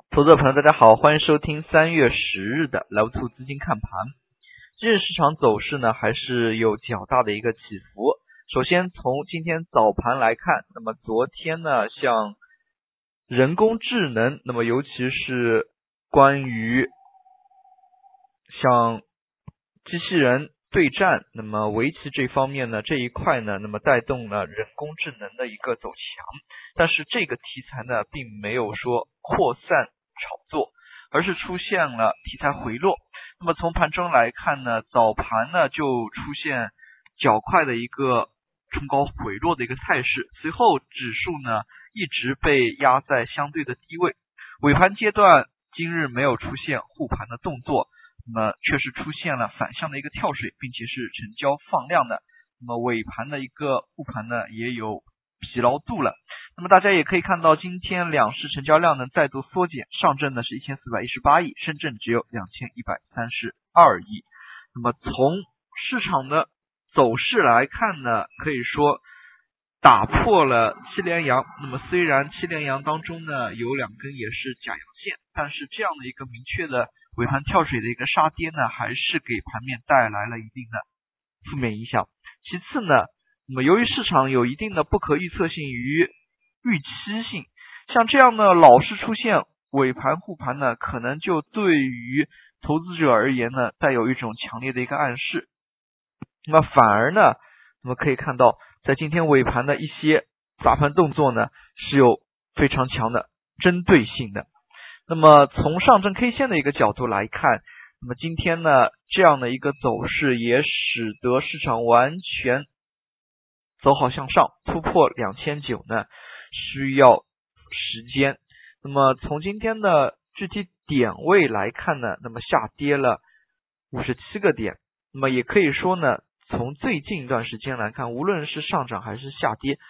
投资者朋友大家好，欢迎收听3月10日的 Level 2资金看盘。今日市场走势呢还是有较大的一个起伏。首先从今天早盘来看，那么昨天呢像人工智能，那么尤其是关于像机器人对战，那么围棋这方面呢这一块呢，那么带动了人工智能的一个走强，但是这个题材呢并没有说扩散炒作，而是出现了题材回落。那么从盘中来看呢，早盘呢就出现较快的一个冲高回落的一个态势，随后指数呢一直被压在相对的低位，尾盘阶段今日没有出现护盘的动作，那么确实出现了反向的一个跳水，并且是成交放量的，那么尾盘的一个护盘呢也有疲劳度了。那么大家也可以看到，今天两市成交量呢再度缩减，上证呢是1418亿，深圳只有2132亿。那么从市场的走势来看呢，可以说打破了七连阳。那么虽然七连阳当中呢有两根也是假阳线，但是这样的一个明确的尾盘跳水的一个杀跌呢，还是给盘面带来了一定的负面影响。其次呢，那么由于市场有一定的不可预测性与预期性，像这样的老是出现尾盘护盘呢，可能就对于投资者而言呢带有一种强烈的一个暗示。那么反而呢，那么可以看到在今天尾盘的一些砸盘动作呢是有非常强的针对性的。那么从上证 K 线的一个角度来看，那么今天呢这样的一个走势也使得市场完全走好向上，突破2900呢需要时间。那么从今天的具体点位来看呢，那么下跌了57个点。那么也可以说呢，从最近一段时间来看，无论是上涨还是下跌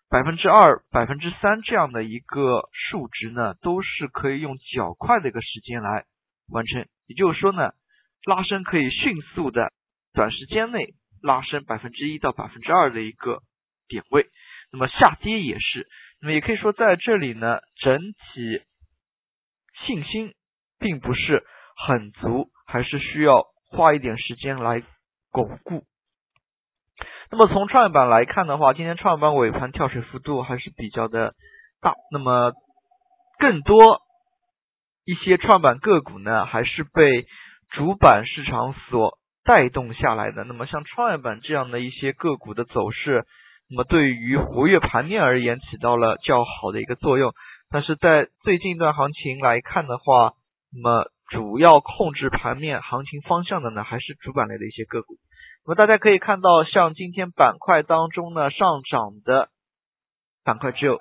2%、3%这样的一个数值呢，都是可以用较快的一个时间来完成。也就是说呢，拉升可以迅速的短时间内拉升1%到2%的一个点位，那么下跌也是。那么也可以说在这里呢，整体信心并不是很足，还是需要花一点时间来巩固。那么从创业板来看的话，今天创业板尾盘跳水幅度还是比较的大，那么更多一些创业板个股呢还是被主板市场所带动下来的。那么像创业板这样的一些个股的走势，那么对于活跃盘面而言起到了较好的一个作用。但是在最近一段行情来看的话，那么主要控制盘面行情方向的呢还是主板类的一些个股。那么大家可以看到，像今天板块当中呢上涨的板块只有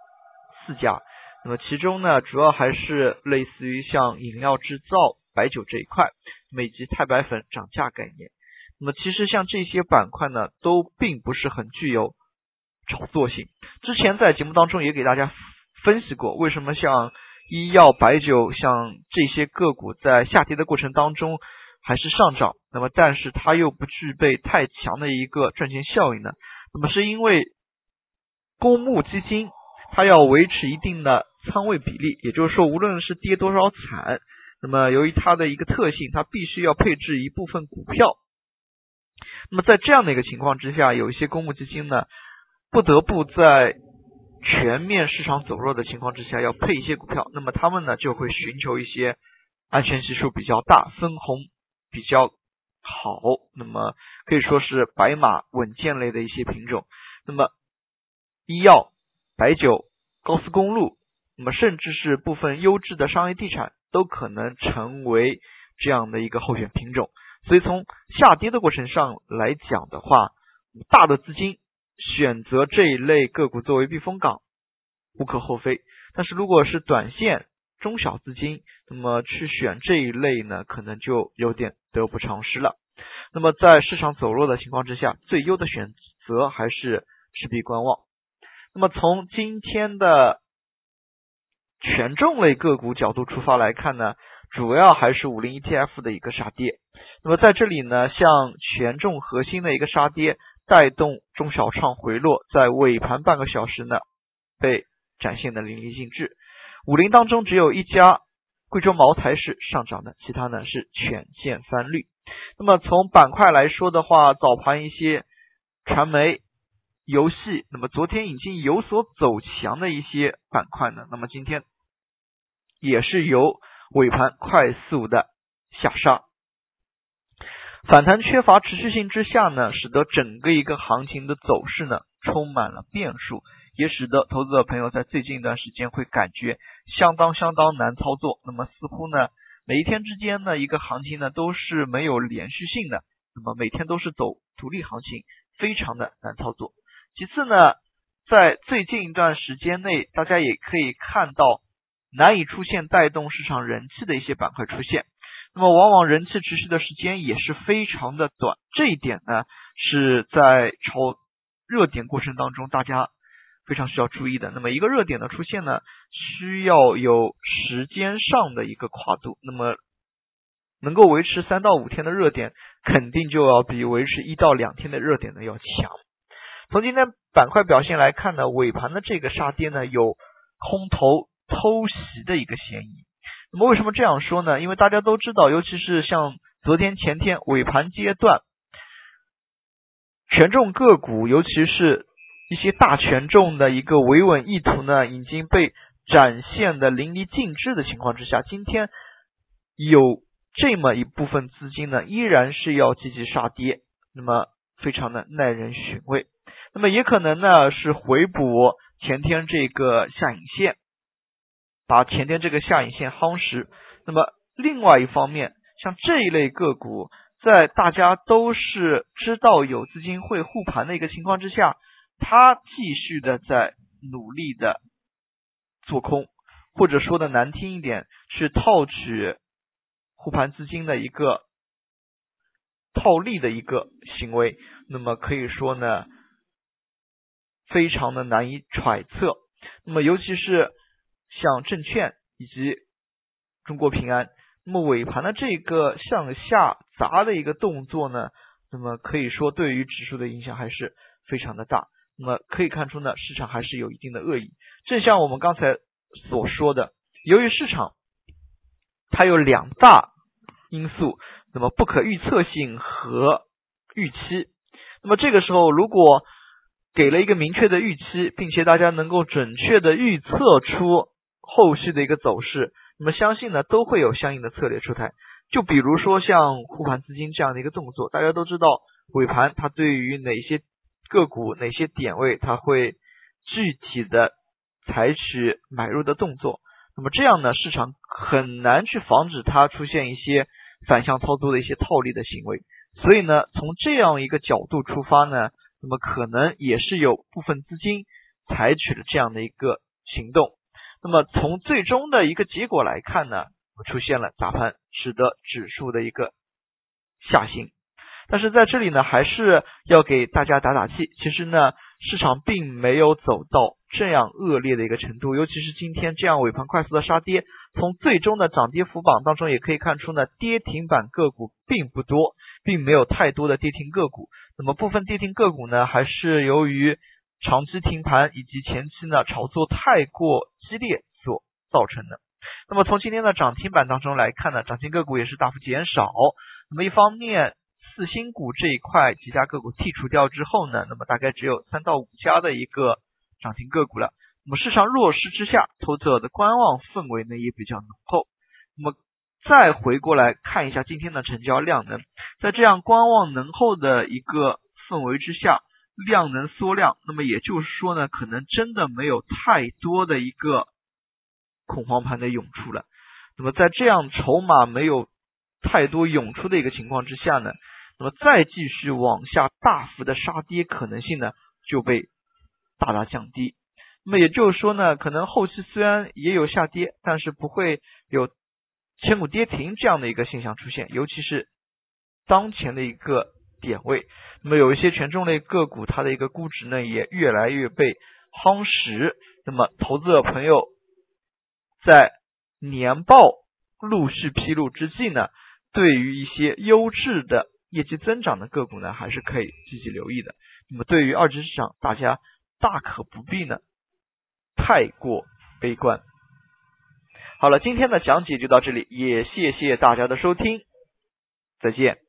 4家，那么其中呢主要还是类似于像饮料制造、白酒这一块，那么以及钛白粉涨价概念。那么其实像这些板块呢都并不是很具有炒作性。之前在节目当中也给大家分析过，为什么像医药、白酒像这些个股在下跌的过程当中还是上涨，那么但是它又不具备太强的一个赚钱效应呢？那么是因为公募基金它要维持一定的仓位比例，也就是说无论是跌多少惨，那么由于它的一个特性，它必须要配置一部分股票。那么在这样的一个情况之下，有一些公募基金呢不得不在全面市场走弱的情况之下要配一些股票，那么他们呢就会寻求一些安全系数比较大、分红比较好，那么可以说是白马稳健类的一些品种。那么医药、白酒、高速公路，那么甚至是部分优质的商业地产都可能成为这样的一个候选品种。所以从下跌的过程上来讲的话，大的资金选择这一类个股作为避风港无可厚非，但是如果是短线中小资金，那么去选这一类呢可能就有点得不偿失了。那么在市场走弱的情况之下，最优的选择还是持币观望。那么从今天的权重类个股角度出发来看呢，主要还是50 ETF 的一个杀跌。那么在这里呢，像权重核心的一个杀跌带动中小创回落，在尾盘半个小时呢被展现的淋漓尽致。50当中只有一家贵州茅台是上涨的，其他呢是全线翻绿。那么从板块来说的话，早盘一些传媒、游戏，那么昨天已经有所走强的一些板块呢，那么今天也是由尾盘快速的下杀，反弹缺乏持续性之下呢，使得整个一个行情的走势呢充满了变数，也使得投资者朋友在最近一段时间会感觉相当难操作。那么似乎呢每一天之间呢一个行情呢都是没有连续性的，那么每天都是走独立行情，非常的难操作。其次呢，在最近一段时间内，大家也可以看到难以出现带动市场人气的一些板块出现，那么往往人气持续的时间也是非常的短，这一点呢是在炒热点过程当中大家非常需要注意的。那么一个热点的出现呢，需要有时间上的一个跨度，那么能够维持3到5天的热点，肯定就要比维持1到2天的热点呢要强。从今天板块表现来看呢，尾盘的这个杀跌呢有空头偷袭的一个嫌疑。那么为什么这样说呢？因为大家都知道，尤其是像昨天前天尾盘阶段，权重个股尤其是一些大权重的一个维稳意图呢已经被展现的淋漓尽致的情况之下，今天有这么一部分资金呢依然是要积极杀跌，那么非常的耐人寻味。那么也可能呢是回补前天这个下影线，把前天这个下影线夯实。那么另外一方面，像这一类个股在大家都是知道有资金会护盘的一个情况之下，它继续的在努力的做空，或者说的难听一点是套取护盘资金的一个套利的一个行为，那么可以说呢非常的难以揣测。那么尤其是像证券以及中国平安，那么尾盘的这个向下砸的一个动作呢，那么可以说对于指数的影响还是非常的大。那么可以看出呢，市场还是有一定的恶意。正像我们刚才所说的，由于市场它有2大因素，那么不可预测性和预期。那么这个时候如果给了一个明确的预期，并且大家能够准确的预测出后续的一个走势，那么相信呢都会有相应的策略出台。就比如说像护盘资金这样的一个动作，大家都知道尾盘它对于哪些个股哪些点位它会具体的采取买入的动作，那么这样呢市场很难去防止它出现一些反向操作的一些套利的行为。所以呢从这样一个角度出发呢，那么可能也是有部分资金采取了这样的一个行动。那么从最终的一个结果来看呢，出现了砸盘，使得指数的一个下行。但是在这里呢还是要给大家打打气，其实呢市场并没有走到这样恶劣的一个程度，尤其是今天这样尾盘快速的杀跌，从最终的涨跌幅榜当中也可以看出呢，跌停板个股并不多，并没有太多的跌停个股。那么部分跌停个股呢还是由于长期停盘以及前期呢炒作太过激烈所造成的。那么从今天的涨停板当中来看呢，涨停个股也是大幅减少。那么一方面次新股这一块几家个股剔除掉之后呢，那么大概只有3到5家的一个涨停个股了。那么市场弱势之下，投资者的观望氛围呢也比较浓厚。那么再回过来看一下今天的成交量能，在这样观望浓厚的一个氛围之下，量能缩量，那么也就是说呢，可能真的没有太多的一个恐慌盘的涌出了。那么在这样筹码没有太多涌出的一个情况之下呢，那么再继续往下大幅的杀跌可能性呢就被大大降低。那么也就是说呢，可能后期虽然也有下跌，但是不会有千股跌停这样的一个现象出现，尤其是当前的一个点位。那么有一些权重类个股它的一个估值呢也越来越被夯实，那么投资者朋友在年报陆续披露之际呢，对于一些优质的业绩增长的个股呢还是可以积极留意的。那么对于二级市场大家大可不必呢太过悲观。 好了，今天的讲解就到这里，也谢谢大家的收听，再见。